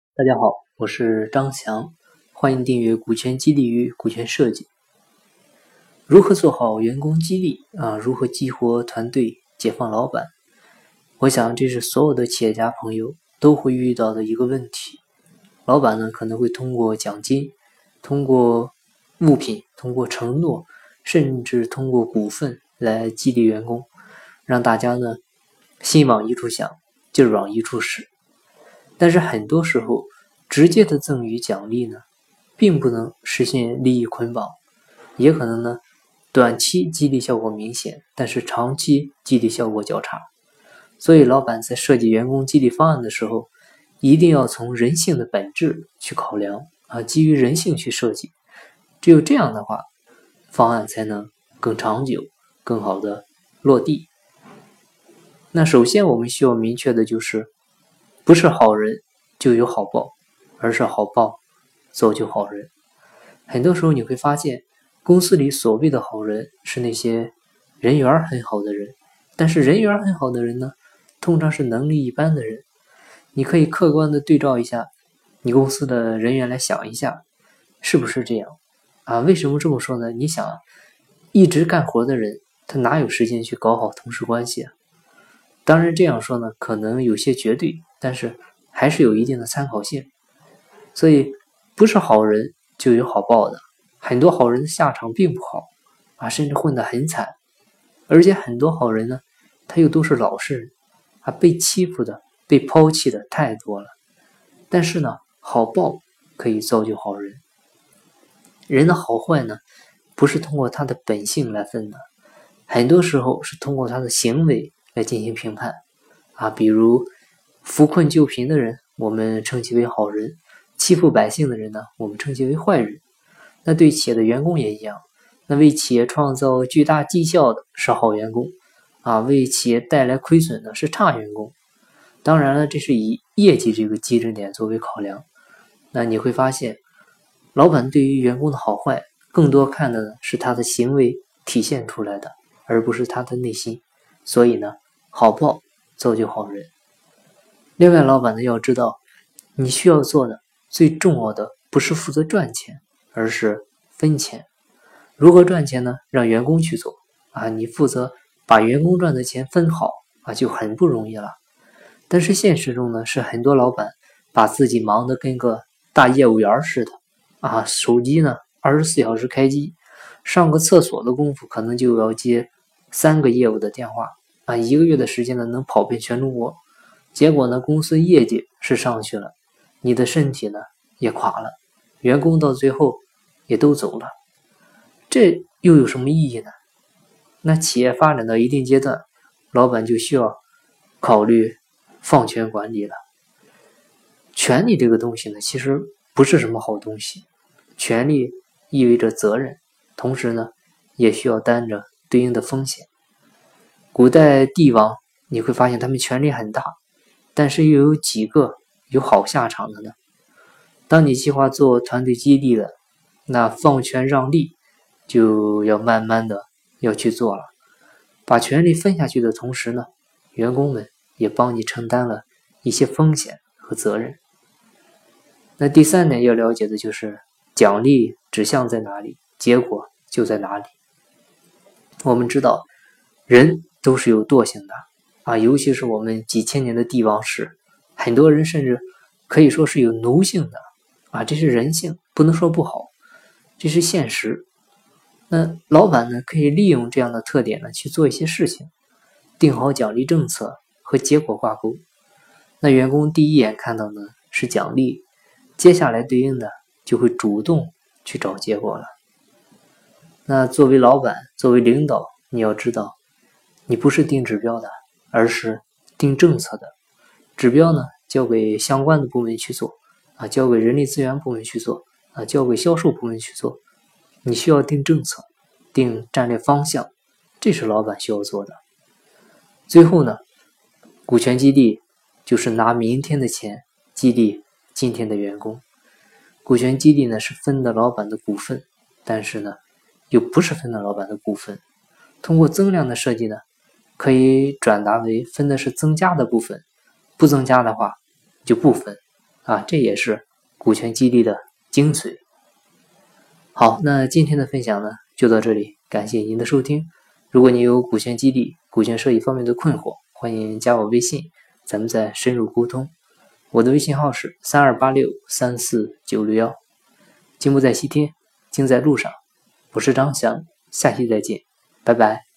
大家好，我是张翔，欢迎订阅股权激励与股权设计。如何做好员工激励如何激活团队，解放老板？我想这是所有的企业家朋友都会遇到的一个问题。老板呢可能会通过奖金，通过物品，通过承诺，甚至通过股份来激励员工，让大家呢心往一处想，劲儿往一处使。但是很多时候，直接的赠与奖励呢，并不能实现利益捆绑，也可能呢，短期激励效果明显，但是长期激励效果较差。所以，老板在设计员工激励方案的时候，一定要从人性的本质去考量基于人性去设计。只有这样的话，方案才能更长久、更好的落地。那首先我们需要明确的就是，不是好人就有好报，而是好报造就好人。很多时候你会发现，公司里所谓的好人是那些人缘很好的人，但是人缘很好的人呢，通常是能力一般的人。你可以客观的对照一下你公司的人员来想一下，是不是这样为什么这么说呢？你想，一直干活的人，他哪有时间去搞好同事关系啊？当然这样说呢，可能有些绝对，但是还是有一定的参考性。所以不是好人就有好报的，很多好人的下场并不好甚至混得很惨。而且很多好人呢，他又都是老实人被欺负的、被抛弃的太多了。但是呢，好报可以造就好人。人的好坏呢，不是通过他的本性来分的，很多时候是通过他的行为来进行评判比如扶困救贫的人，我们称其为好人；欺负百姓的人呢，我们称其为坏人。那对企业的员工也一样，那为企业创造巨大绩效的是好员工为企业带来亏损的是差员工。当然了，这是以业绩这个基准点作为考量。那你会发现，老板对于员工的好坏，更多看的是他的行为体现出来的，而不是他的内心。所以呢，好报造就好人。另外，老板呢要知道，你需要做的最重要的不是负责赚钱，而是分钱。如何赚钱呢？让员工去做你负责把员工赚的钱分好就很不容易了。但是现实中呢，是很多老板把自己忙得跟个大业务员似的手机呢24小时开机，上个厕所的功夫可能就要接3个业务的电话1个月的时间呢能跑遍全中国。结果呢，公司业绩是上去了，你的身体呢也垮了，员工到最后也都走了，这又有什么意义呢？那企业发展到一定阶段，老板就需要考虑放权管理了。权力这个东西呢，其实不是什么好东西。权力意味着责任，同时呢，也需要担着对应的风险。古代帝王，你会发现他们权力很大，但是又有几个有好下场的呢？当你计划做团队激励了，那放权让利就要慢慢的要去做了。把权力分下去的同时呢，员工们也帮你承担了一些风险和责任。那第三点要了解的就是，奖励指向在哪里，结果就在哪里。我们知道，人都是有惰性的尤其是我们几千年的帝王史，很多人甚至可以说是有奴性的这是人性，不能说不好，这是现实。那老板呢，可以利用这样的特点呢去做一些事情，定好奖励政策和结果挂钩。那员工第一眼看到呢是奖励，接下来对应的就会主动去找结果了。那作为老板，作为领导，你要知道，你不是定指标的，而是定政策的。指标呢，交给相关的部门去做交给人力资源部门去做交给销售部门去做。你需要定政策，定战略方向，这是老板需要做的。最后呢，股权激励就是拿明天的钱激励今天的员工。股权激励呢是分的老板的股份，但是呢又不是分的老板的股份。通过增量的设计呢，可以转达为分的是增加的部分，不增加的话就不分这也是股权激励的精髓。好，那今天的分享呢就到这里，感谢您的收听。如果你有股权激励、股权设计方面的困惑，欢迎加我微信，咱们再深入沟通。我的微信号是3286349661。金不在西天，金在路上。我是张翔，下期再见，拜拜。